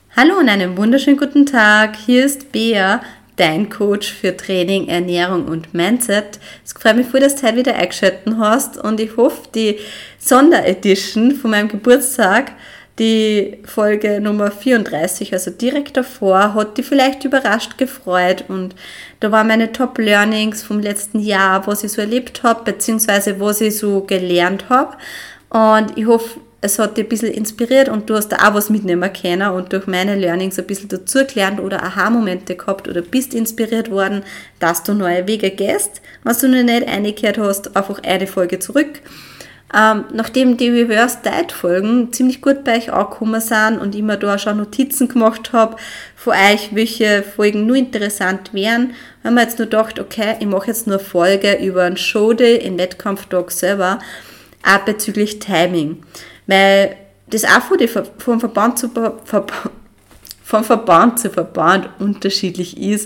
Hallo und einen wunderschönen guten Tag. Hier ist Bea, dein Coach für Training, Ernährung und Mindset. Es freut mich voll, dass du heute wieder eingeschaltet hast und ich hoffe, die Sonderedition von meinem Geburtstag, die Folge Nummer 34, also direkt davor, hat dich vielleicht überrascht gefreut und da waren meine Top-Learnings vom letzten Jahr, was ich so erlebt habe, beziehungsweise was ich so gelernt habe und ich hoffe, es hat dich ein bisschen inspiriert und du hast da auch was mitnehmen können und durch meine Learnings ein bisschen dazugelernt oder Aha-Momente gehabt oder bist inspiriert worden, dass du neue Wege gehst. Wenn du noch nicht eingekehrt hast, einfach eine Folge zurück. Nachdem die Reverse Diet Folgen ziemlich gut bei euch angekommen sind und ich mir da schon Notizen gemacht habe von euch, welche Folgen nur interessant wären, haben wir jetzt nur gedacht, okay, ich mache jetzt nur eine Folge über einen Showday im Wettkampftag selber, auch bezüglich Timing. Weil das auch vom Verband zu Verband unterschiedlich ist,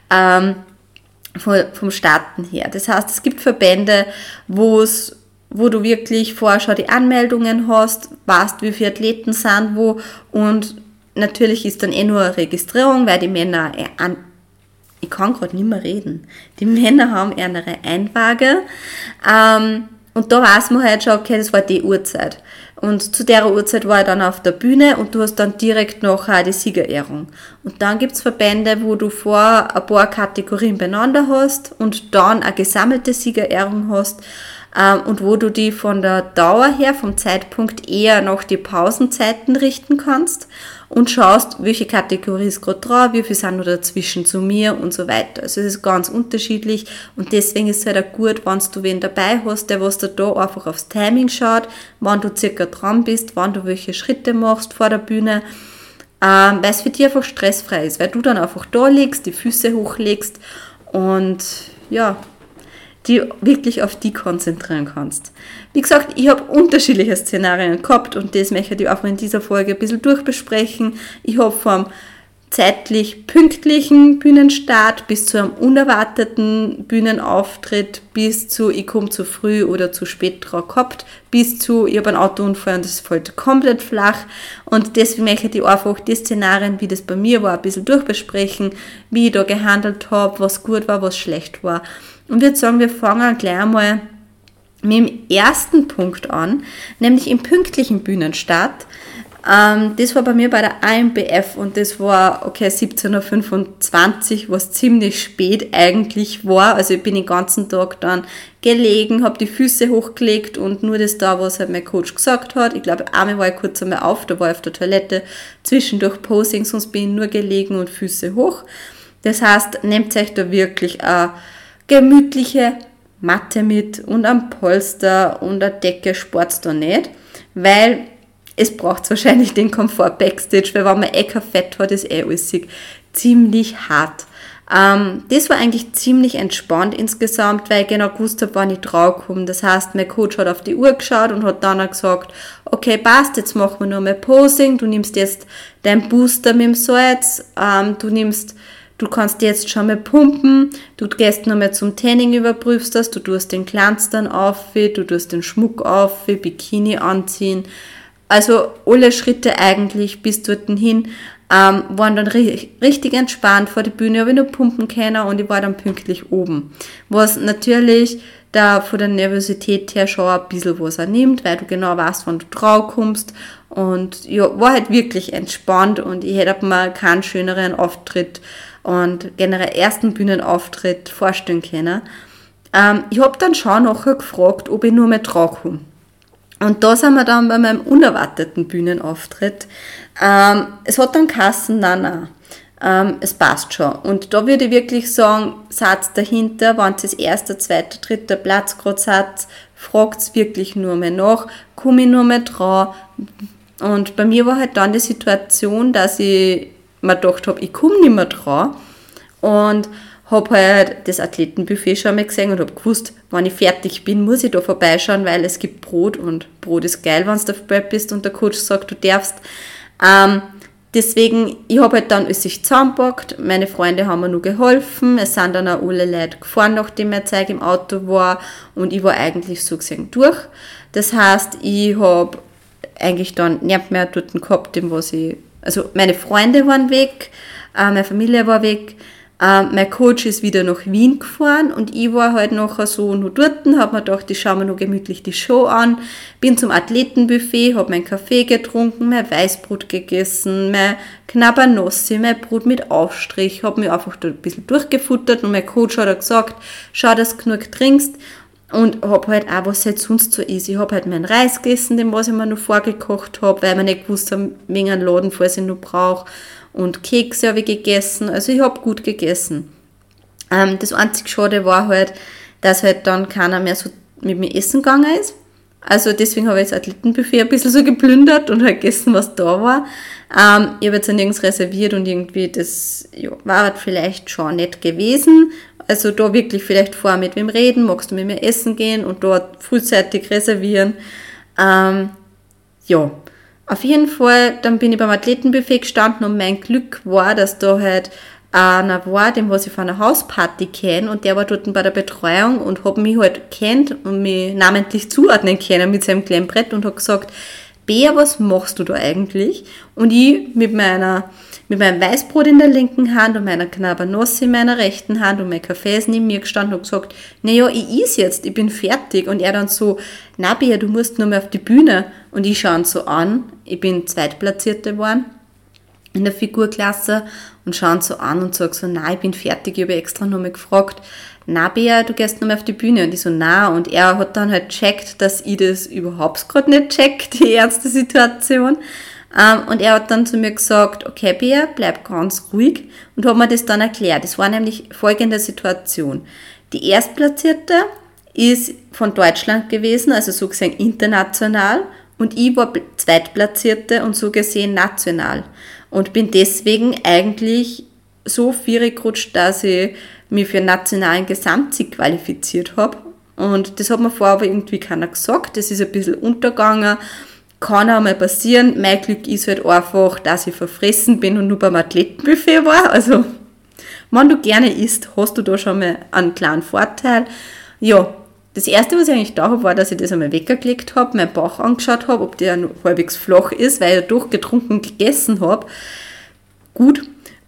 vom Starten her. Das heißt, es gibt Verbände, wo du wirklich vorher schon die Anmeldungen hast, weißt, wie viele Athleten sind wo und natürlich ist dann nur eine Registrierung, weil die Männer, ich kann gerade nicht mehr reden, die Männer haben eher eine Einwaage und da weiß man halt schon, okay, das war die Uhrzeit. Und zu der Uhrzeit war ich dann auf der Bühne und du hast dann direkt nachher die Siegerehrung. Und dann gibt's Verbände, wo du vor ein paar Kategorien beieinander hast und dann eine gesammelte Siegerehrung hast und wo du die von der Dauer her, vom Zeitpunkt eher nach die Pausenzeiten richten kannst und schaust, welche Kategorie ist gerade dran, wie viel sind noch dazwischen zu mir und so weiter. Also es ist ganz unterschiedlich und deswegen ist es halt auch gut, wenn du wen dabei hast, der was da einfach aufs Timing schaut, wann du circa dran bist, wann du welche Schritte machst vor der Bühne, weil es für dich einfach stressfrei ist, weil du dann einfach da liegst, die Füße hochlegst und ja, die wirklich auf die konzentrieren kannst. Wie gesagt, ich habe unterschiedliche Szenarien gehabt und das möchte ich auch in dieser Folge ein bisschen durchbesprechen. Ich habe vom zeitlich pünktlichen Bühnenstart bis zu einem unerwarteten Bühnenauftritt, bis zu ich komme zu früh oder zu spät dran gehabt, bis zu ich habe einen Autounfall und das fällt komplett flach und deswegen möchte ich einfach die Szenarien, wie das bei mir war, ein bisschen durchbesprechen, wie ich da gehandelt habe, was gut war, was schlecht war. Und würde sagen, wir fangen gleich einmal mit dem ersten Punkt an, nämlich im pünktlichen Bühnenstart. Das war bei mir bei der AMBF und das war, 17.25 Uhr, was ziemlich spät eigentlich war. Also ich bin den ganzen Tag dann gelegen, habe die Füße hochgelegt und nur das da, was halt mein Coach gesagt hat. Ich glaube, einmal war ich kurz einmal auf, da war ich auf der Toilette, zwischendurch Posing, sonst bin ich nur gelegen und Füße hoch. Das heißt, nehmt euch da wirklich eine gemütliche Matte mit und ein Polster und eine Decke sport's da nicht, weil es braucht wahrscheinlich den Komfort Backstage, weil wenn man kein Fett hat, ist alles ziemlich hart. Das war eigentlich ziemlich entspannt insgesamt, weil ich genau gewusst habe, wann ich draufkomme. Das heißt, mein Coach hat auf die Uhr geschaut und hat dann auch gesagt, okay, passt, jetzt machen wir nur mal Posing, du nimmst jetzt deinen Booster mit dem Salz, du kannst jetzt schon mal pumpen, du gehst nochmal zum Tanning, überprüfst das, du tust den Glanz dann auf, du tust den Schmuck auf, Bikini anziehen. Also alle Schritte eigentlich bis dorthin waren dann richtig entspannt vor der Bühne, habe ich nur pumpen können und ich war dann pünktlich oben. Was natürlich da von der Nervosität her schon ein bisschen was nimmt, weil du genau weißt, wann du drauf kommst und ja, war halt wirklich entspannt und ich hätte mir keinen schöneren Auftritt und generell ersten Bühnenauftritt vorstellen können. Ich habe dann schon nachher gefragt, ob ich nur mehr draufkomme. Und da sind wir dann bei meinem unerwarteten Bühnenauftritt. Es hat dann geheißen, nein, es passt schon. Und da würde ich wirklich sagen, Satz dahinter, wenn ihr das erste, zweite, dritte Platz gerade seid, fragt wirklich nur mehr nach, komme ich nur mehr dran. Und bei mir war halt dann die Situation, dass ich mir gedacht habe, ich komme nicht mehr dran und habe halt das Athletenbuffet schon mal gesehen und habe gewusst, wenn ich fertig bin, muss ich da vorbeischauen, weil es gibt Brot und Brot ist geil, wenn du dabei bist und der Coach sagt, du darfst. Deswegen, ich habe halt dann alles sich zusammengepackt, meine Freunde haben mir nur geholfen, es sind dann auch alle Leute gefahren, nachdem mein Zeug im Auto war und ich war eigentlich so gesehen durch. Das heißt, ich habe eigentlich dann nicht mehr dort gehabt, Also meine Freunde waren weg, meine Familie war weg, mein Coach ist wieder nach Wien gefahren und ich war halt nachher so noch dort, habe mir gedacht, ich schaue mir noch gemütlich die Show an, bin zum Athletenbuffet, habe meinen Kaffee getrunken, mein Weißbrot gegessen, mein Knabbernossi, mein Brot mit Aufstrich, habe mich einfach da ein bisschen durchgefuttert und mein Coach hat gesagt, schau, dass du genug trinkst und habe halt auch, was halt sonst so ist. Ich habe halt meinen Reis gegessen, den was ich mir noch vorgekocht habe, weil wir nicht gewusst haben, wegen einem Laden, falls ich noch brauche. Und Kekse habe ich gegessen, also ich habe gut gegessen. Das einzige Schade war halt, dass halt dann keiner mehr so mit mir essen gegangen ist. Also deswegen habe ich das Athletenbuffet ein bisschen so geplündert und halt gegessen, was da war. Ich habe jetzt nirgends reserviert und irgendwie das war halt vielleicht schon nett gewesen. Also da wirklich vielleicht vorher mit wem reden, magst du mit mir essen gehen und dort frühzeitig reservieren. Auf jeden Fall, dann bin ich beim Athletenbuffet gestanden und mein Glück war, dass da halt einer war, den was ich von einer Hausparty kenne und der war dort bei der Betreuung und hat mich halt kennt und mich namentlich zuordnen können mit seinem kleinen Brett und hat gesagt, Bea, was machst du da eigentlich? Und ich mit meinem Weißbrot in der linken Hand und meiner Knabbernuss in meiner rechten Hand und mein Kaffee ist neben mir gestanden und gesagt, naja, ich is jetzt, ich bin fertig. Und er dann so, na Bea, du musst nur mehr auf die Bühne. Und ich schaue ihn so an, ich bin Zweitplatzierte geworden in der Figurklasse und schaue ihn so an und sage so, nein, ich bin fertig. Ich habe extra nochmal gefragt, na Bea, du gehst noch mal auf die Bühne. Und ich so, na. Und er hat dann halt checkt, dass ich das überhaupt gerade nicht check, die ernste Situation. Und er hat dann zu mir gesagt, okay Bea, bleib ganz ruhig und hat mir das dann erklärt. Es war nämlich folgende Situation. Die Erstplatzierte ist von Deutschland gewesen, also so gesehen international und ich war Zweitplatzierte und so gesehen national und bin deswegen eigentlich so vierig gerutscht, dass ich mich für einen nationalen Gesamtsieg qualifiziert habe und das hat mir vorher aber irgendwie keiner gesagt, das ist ein bisschen untergegangen. Kann auch mal passieren. Mein Glück ist halt einfach, dass ich verfressen bin und nur beim Athletenbuffet war. Also, wenn du gerne isst, hast du da schon mal einen kleinen Vorteil. Ja, das erste, was ich eigentlich da habe, war, dass ich das einmal weggelegt habe, meinen Bauch angeschaut habe, ob der noch halbwegs flach ist, weil ich durchgetrunken gegessen habe. Gut.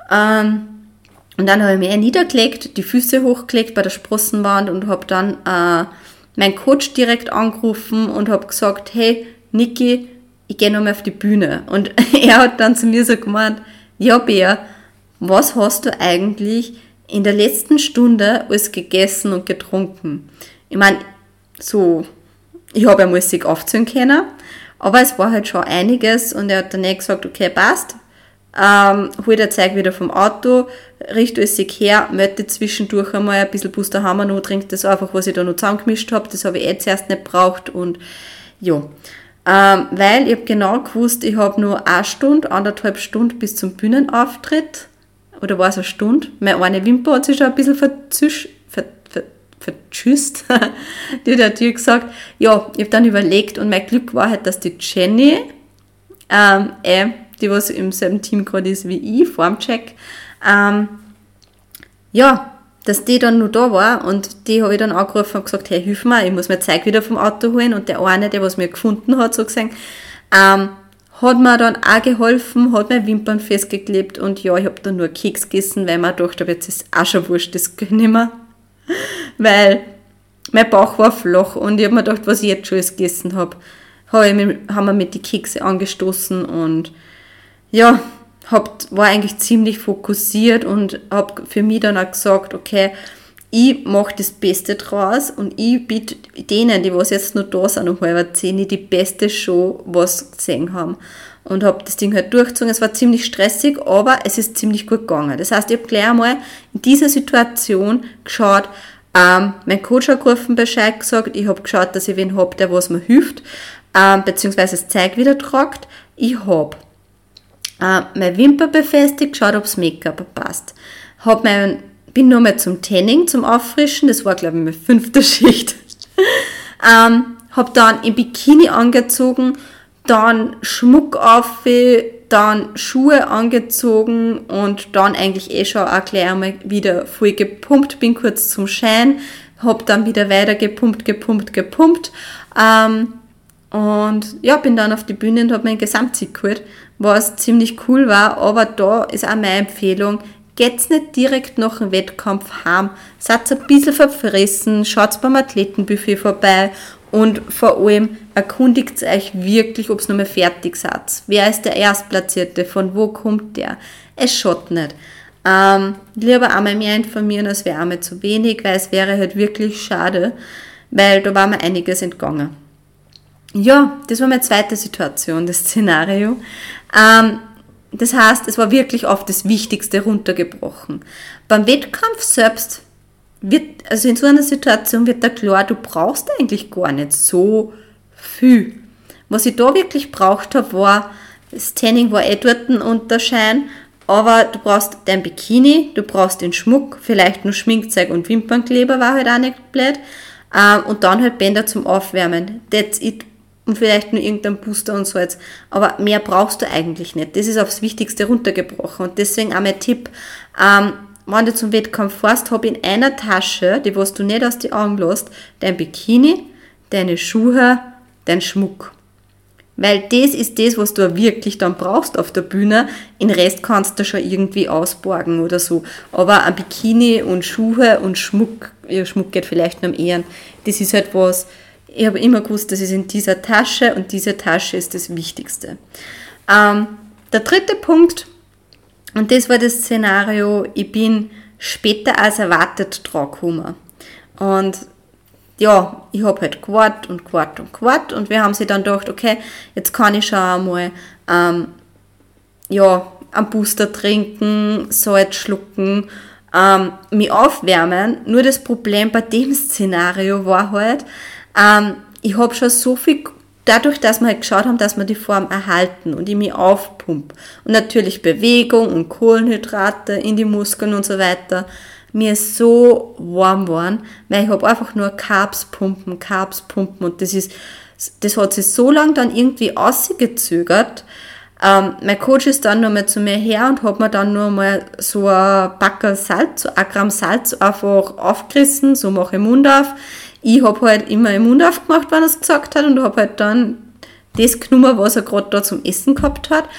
Und dann habe ich mich niedergelegt, die Füße hochgelegt bei der Sprossenwand und habe dann meinen Coach direkt angerufen und habe gesagt, hey, Niki, ich gehe nochmal auf die Bühne. Und er hat dann zu mir so gemeint, ja Bea, was hast du eigentlich in der letzten Stunde alles gegessen und getrunken? Ich meine, so, ich habe ja musik aufzählen können, aber es war halt schon einiges und er hat dann gesagt, okay, passt, hol dir Zeug wieder vom Auto, richte alles her, melde zwischendurch einmal ein bisschen Busterhammer noch, trink das einfach, was ich da noch zusammengemischt habe, das habe ich zuerst nicht gebraucht und ja. Weil ich habe genau gewusst, ich habe nur 1 Stunde, 1,5 Stunden bis zum Bühnenauftritt. Oder war es 1 Stunde? Meine eine Wimper hat sich schon ein bisschen vertschüsst. Die hat natürlich gesagt, ja, ich habe dann überlegt und mein Glück war halt, dass die Jenny, die was im selben Team gerade ist wie ich, vor dem Check, dass die dann nur da war und die habe ich dann angerufen und gesagt, hey, hilf mir, ich muss mein Zeug wieder vom Auto holen und der eine, der was mir gefunden hat, so gesagt, hat mir dann auch geholfen, hat meine Wimpern festgeklebt und ja, ich habe dann nur Keks gegessen, weil mir gedacht habe, jetzt ist auch schon wurscht, das geht nicht mehr, weil mein Bauch war flach und ich habe mir gedacht, was ich jetzt schon alles gegessen habe, haben wir mit die Kekse angestoßen und ja, war eigentlich ziemlich fokussiert und habe für mich dann auch gesagt, okay, ich mache das Beste draus und ich biete denen, die was jetzt noch da sind, um 9:30 die beste Show, was sie gesehen haben. Und habe das Ding halt durchgezogen. Es war ziemlich stressig, aber es ist ziemlich gut gegangen. Das heißt, ich habe gleich einmal in dieser Situation geschaut, mein Coach hat gerufen, Bescheid gesagt, ich habe geschaut, dass ich wen habe, der was mir hilft, beziehungsweise das Zeug wieder tragt. Ich habe meine Wimper befestigt, geschaut, ob das Make-up passt. Bin nochmal zum Tanning, zum Auffrischen, das war glaube ich meine 5. Schicht. Habe dann im Bikini angezogen, dann Schmuck auf, dann Schuhe angezogen und dann eigentlich schon auch gleich einmal wieder voll gepumpt, bin kurz zum Schein, habe dann wieder weiter gepumpt. Und ja, bin dann auf die Bühne und habe meinen Gesamtsieg geholt, was ziemlich cool war. Aber da ist auch meine Empfehlung, geht's nicht direkt nach dem Wettkampf heim, seid ein bisschen verfressen, schaut beim Athletenbuffet vorbei und vor allem erkundigt euch wirklich, ob es nochmal fertig seid. Wer ist der Erstplatzierte? Von wo kommt der? Es schaut nicht. Lieber einmal mehr informieren, als wäre einmal zu wenig, weil es wäre halt wirklich schade, weil da war mir einiges entgangen. Ja, das war meine zweite Situation, das Szenario. Das heißt, es war wirklich auf das Wichtigste runtergebrochen. Beim Wettkampf selbst also in so einer Situation wird da klar, du brauchst eigentlich gar nicht so viel. Was ich da wirklich braucht habe, war, das Tanning war dort ein Unterschein, aber du brauchst dein Bikini, du brauchst den Schmuck, vielleicht nur Schminkzeug und Wimpernkleber war halt auch nicht blöd, und dann halt Bänder zum Aufwärmen. That's it. Und vielleicht nur irgendein Booster und so jetzt. Aber mehr brauchst du eigentlich nicht. Das ist aufs Wichtigste runtergebrochen. Und deswegen auch mein Tipp, wenn du zum Wettkampf fährst, hab in einer Tasche, die was du nicht aus den Augen lässt, dein Bikini, deine Schuhe, dein Schmuck. Weil das ist das, was du wirklich dann brauchst auf der Bühne. Den Rest kannst du schon irgendwie ausborgen oder so. Aber ein Bikini und Schuhe und Schmuck, ja, Schmuck geht vielleicht noch am ehesten. Das ist halt was, ich habe immer gewusst, das ist in dieser Tasche und diese Tasche ist das Wichtigste. Der dritte Punkt, und das war das Szenario, ich bin später als erwartet dran gekommen. Und ja, ich habe halt gewartet und wir haben sich dann gedacht, okay, jetzt kann ich schon einmal einen Booster trinken, Salz schlucken, mich aufwärmen. Nur das Problem bei dem Szenario war halt, ich habe schon so viel, dadurch, dass wir halt geschaut haben, dass wir die Form erhalten und ich mich aufpumpe und natürlich Bewegung und Kohlenhydrate in die Muskeln und so weiter, mir ist so warm geworden, weil ich habe einfach nur Carbs pumpen und das hat sich so lange dann irgendwie ausgezögert. Mein Coach ist dann nochmal zu mir her und hat mir dann nur mal so ein Backerl Salz, so 1 Gramm Salz einfach aufgerissen, so mache ich den Mund auf. Ich habe halt immer den Mund aufgemacht, wenn er es gesagt hat, und habe halt dann das genommen, was er gerade da zum Essen gehabt hat.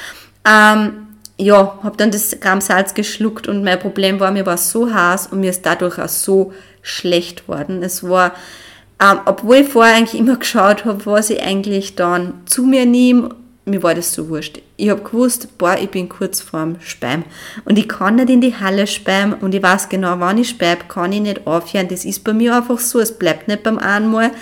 Habe dann das Gramm Salz geschluckt und mein Problem war, mir war so heiß und mir ist dadurch auch so schlecht worden. Es war, obwohl ich vorher eigentlich immer geschaut habe, was ich eigentlich dann zu mir nehme, mir war das so wurscht. Ich habe gewusst, ich bin kurz vorm Speim und ich kann nicht in die Halle speimen und ich weiß genau, wann ich speib, kann ich nicht aufhören. Das ist bei mir einfach so, es bleibt nicht beim einmal.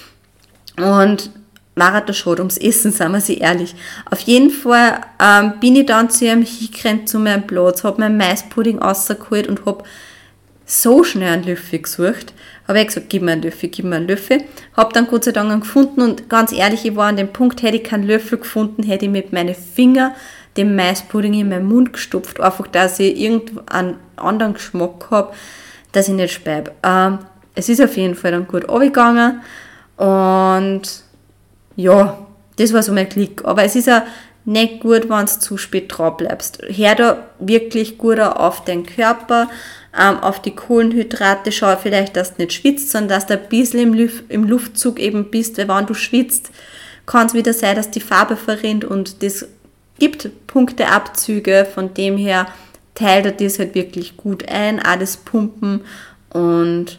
Und Marathon schade ums Essen, seien wir sie ehrlich. Auf jeden Fall bin ich dann zu ihm hingerannt, zu meinem Platz, habe meinen Maispudding rausgeholt und habe so schnell einen Löffel gesucht. Habe ich gesagt, gib mir einen Löffel. Habe dann Gott sei Dank einen gefunden und ganz ehrlich, ich war an dem Punkt, hätte ich keinen Löffel gefunden, hätte ich mit meinen Fingern den Maispudding in meinen Mund gestopft, einfach, dass ich irgendeinen anderen Geschmack habe, dass ich nicht speibe. Es ist auf jeden Fall dann gut runtergegangen und ja, das war so mein Klick. Aber es ist auch nicht gut, wenn du zu spät dran bleibst. Hör da wirklich gut auf deinen Körper, auf die Kohlenhydrate, schau vielleicht, dass du nicht schwitzt, sondern dass du ein bisschen im Luftzug eben bist, weil wenn du schwitzt, kann es wieder sein, dass die Farbe verrinnt und das gibt Punkteabzüge, von dem her teilt er das halt wirklich gut ein, auch das Pumpen und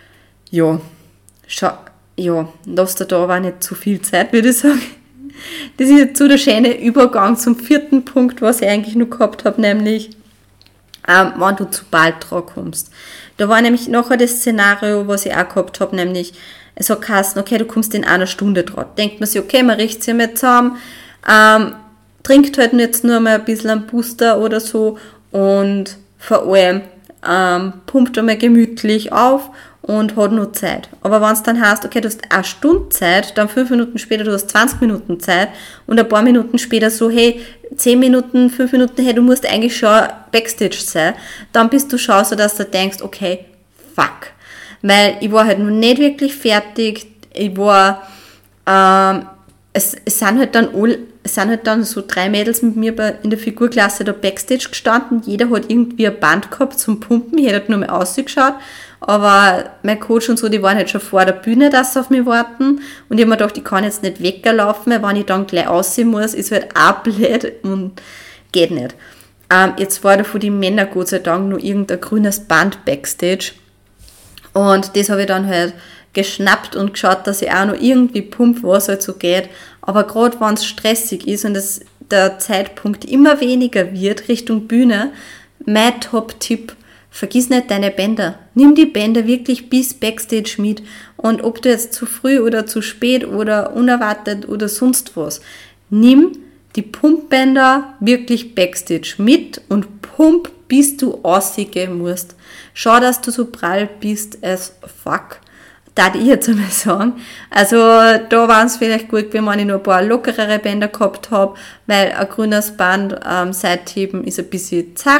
lass dir da aber nicht zu viel Zeit, würde ich sagen. Das ist jetzt so der schöne Übergang zum vierten Punkt, was ich eigentlich noch gehabt habe, nämlich wenn du zu bald dran kommst. Da war nämlich nachher das Szenario, was ich auch gehabt habe, nämlich es hat geheißen, okay, du kommst in einer Stunde dran. Denkt man sich, okay, man riecht sich mal zusammen, trinkt halt jetzt nur mal ein bisschen einen Booster oder so und vor allem pumpt einmal gemütlich auf und hat noch Zeit. Aber wenn es dann heißt, okay, du hast 1 Stunde Zeit, dann 5 Minuten später, du hast 20 Minuten Zeit und ein paar Minuten später so, hey, 10 Minuten, 5 Minuten, hey, du musst eigentlich schon Backstage sein, dann bist du schon so, dass du denkst, okay, fuck. Weil ich war halt noch nicht wirklich fertig, es sind halt dann es sind halt dann so 3 Mädels mit mir in der Figurklasse da Backstage gestanden. Jeder hat irgendwie ein Band gehabt zum Pumpen. Jeder hat nur mal ausgeschaut. Aber mein Coach und so, die waren halt schon vor der Bühne, dass sie auf mich warten. Und ich habe mir gedacht, ich kann jetzt nicht weglaufen, weil wenn ich dann gleich aussehen muss, ist halt auch blöd und geht nicht. Jetzt war da von den Männern Gott sei Dank nur irgendein grünes Band Backstage. Und das habe ich dann halt geschnappt und geschaut, dass ich auch noch irgendwie pumpe, was halt so geht. Aber gerade wenn es stressig ist und der Zeitpunkt immer weniger wird Richtung Bühne, mein Top-Tipp: Vergiss nicht deine Bänder. Nimm die Bänder wirklich bis Backstage mit. Und ob du jetzt zu früh oder zu spät oder unerwartet oder sonst was, nimm die Pumpbänder wirklich Backstage mit und pump, bis du aussehen musst. Schau, dass du so prall bist as fuck. Da ich jetzt einmal sagen. Also da war es vielleicht gut, wenn ich nur ein paar lockerere Bänder gehabt habe, weil ein grünes Band Seitheben ist ein bisschen zach.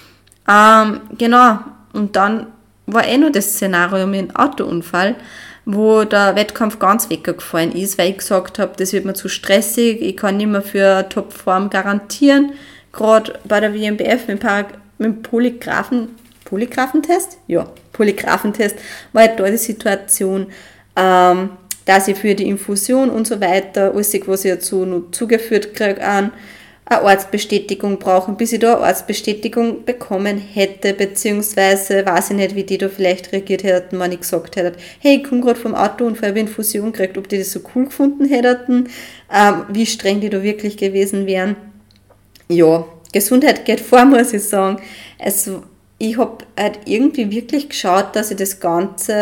Genau, und dann war noch das Szenario mit dem Autounfall, wo der Wettkampf ganz weggefallen ist, weil ich gesagt habe, das wird mir zu stressig, ich kann nicht mehr für Topform garantieren. Gerade bei der WMBF mit dem Polygraphentest? Ja, Polygraphentest war halt da die Situation, dass ich für die Infusion und so weiter, alles, was ich dazu noch zugeführt kriege, eine Arztbestätigung brauchen, bis ich da eine Arztbestätigung bekommen hätte, beziehungsweise weiß ich nicht, wie die da vielleicht reagiert hätten, wenn ich gesagt hätte, hey, ich komme gerade vom Autounfall, habe Infusion gekriegt, ob die das so cool gefunden hätten, wie streng die da wirklich gewesen wären. Ja, Gesundheit geht vor, muss ich sagen. Ich habe halt irgendwie wirklich geschaut, dass ich das Ganze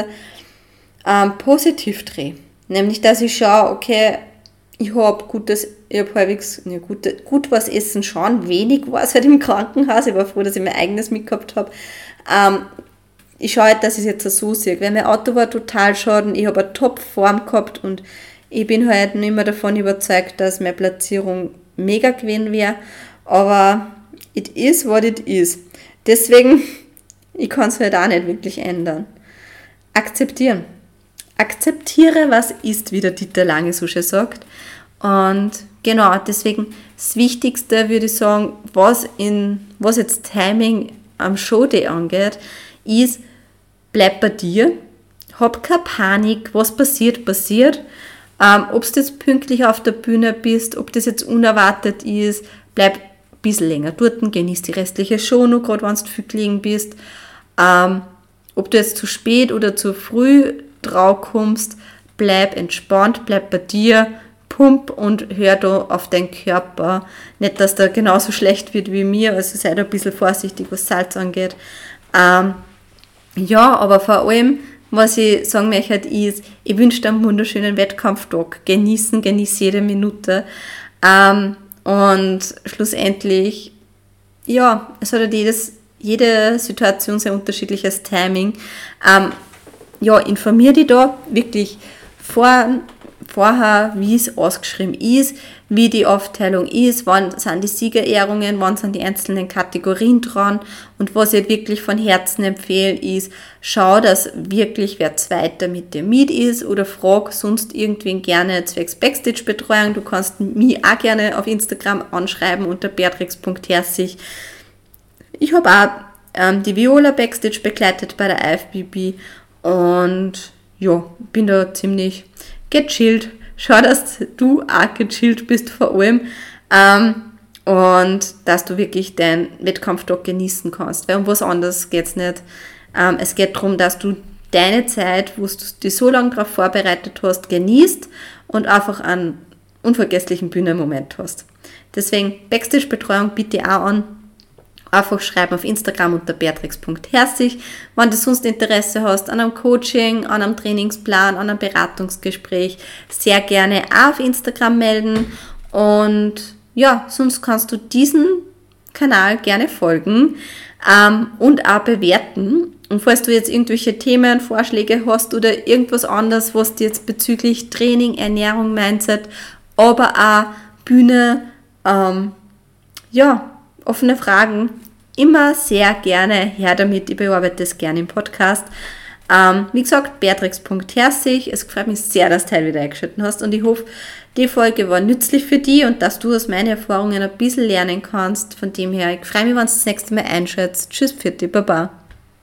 positiv drehe. Nämlich, dass ich schaue, okay, ich habe halbwegs gut was essen schon, wenig war es halt im Krankenhaus, ich war froh, dass ich mein eigenes mitgehabt habe. Ich schaue halt, dass ich es jetzt so sehe, weil mein Auto war total schaden, ich habe eine Top-Form gehabt und ich bin halt nicht mehr davon überzeugt, dass meine Platzierung mega gewesen wäre, aber it is what it is. Deswegen, ich kann es halt auch nicht wirklich ändern. Akzeptieren. Akzeptiere, was ist, wie der Dieter Lange so schön sagt. Und genau, deswegen das Wichtigste, würde ich sagen, was jetzt Timing am Showday angeht, ist, bleib bei dir, hab keine Panik, was passiert, passiert. Ob du jetzt pünktlich auf der Bühne bist, ob das jetzt unerwartet ist, bleib ein bisschen länger dort, genieß die restliche Show noch, gerade wenn du viel gelegen bist. Ob du jetzt zu spät oder zu früh drauf kommst, bleib entspannt, bleib bei dir, pump und hör da auf deinen Körper. Nicht, dass der genauso schlecht wird wie mir, also sei da ein bisschen vorsichtig, was Salz angeht. Ja, aber vor allem, was ich sagen möchte, ist, ich wünsche dir einen wunderschönen Wettkampftag. Genieß jede Minute. Und schlussendlich, ja, es hat halt jede Situation sehr unterschiedliches Timing. Ja, informier dich da wirklich vorher, wie es ausgeschrieben ist, wie die Aufteilung ist, wann sind die Siegerehrungen, wann sind die einzelnen Kategorien dran, und was ich wirklich von Herzen empfehle, ist, schau, dass wirklich wer Zweiter mit dir mit ist, oder frag sonst irgendwen gerne zwecks Backstage-Betreuung. Du kannst mich auch gerne auf Instagram anschreiben unter beatrix.herzig. Ich habe auch die Viola Backstage begleitet bei der IFBB und ja, bin da ziemlich gechillt. Schau, dass du auch gechillt bist vor allem und dass du wirklich deinen Wettkampftag genießen kannst, weil um was anderes geht es nicht. Es geht darum, dass du deine Zeit, wo du dich so lange darauf vorbereitet hast, genießt und einfach einen unvergesslichen Bühnenmoment hast. Deswegen Backstage-Betreuung bitte auch an. Einfach schreiben auf Instagram unter beatrix.herzig. Wenn du sonst Interesse hast an einem Coaching, an einem Trainingsplan, an einem Beratungsgespräch, sehr gerne auch auf Instagram melden. Und ja, sonst kannst du diesen Kanal gerne folgen und auch bewerten. Und falls du jetzt irgendwelche Themen, Vorschläge hast oder irgendwas anderes, was dir jetzt bezüglich Training, Ernährung, Mindset, aber auch Bühne, offene Fragen, immer sehr gerne her damit. Ich bearbeite das gerne im Podcast. Wie gesagt, beatrix.herzig. Es freut mich sehr, dass du heute wieder eingeschaltet hast und ich hoffe, die Folge war nützlich für dich und dass du aus meinen Erfahrungen ein bisschen lernen kannst. Von dem her, ich freue mich, wenn du das nächste Mal einschätzt. Tschüss, Pfiat, Baba.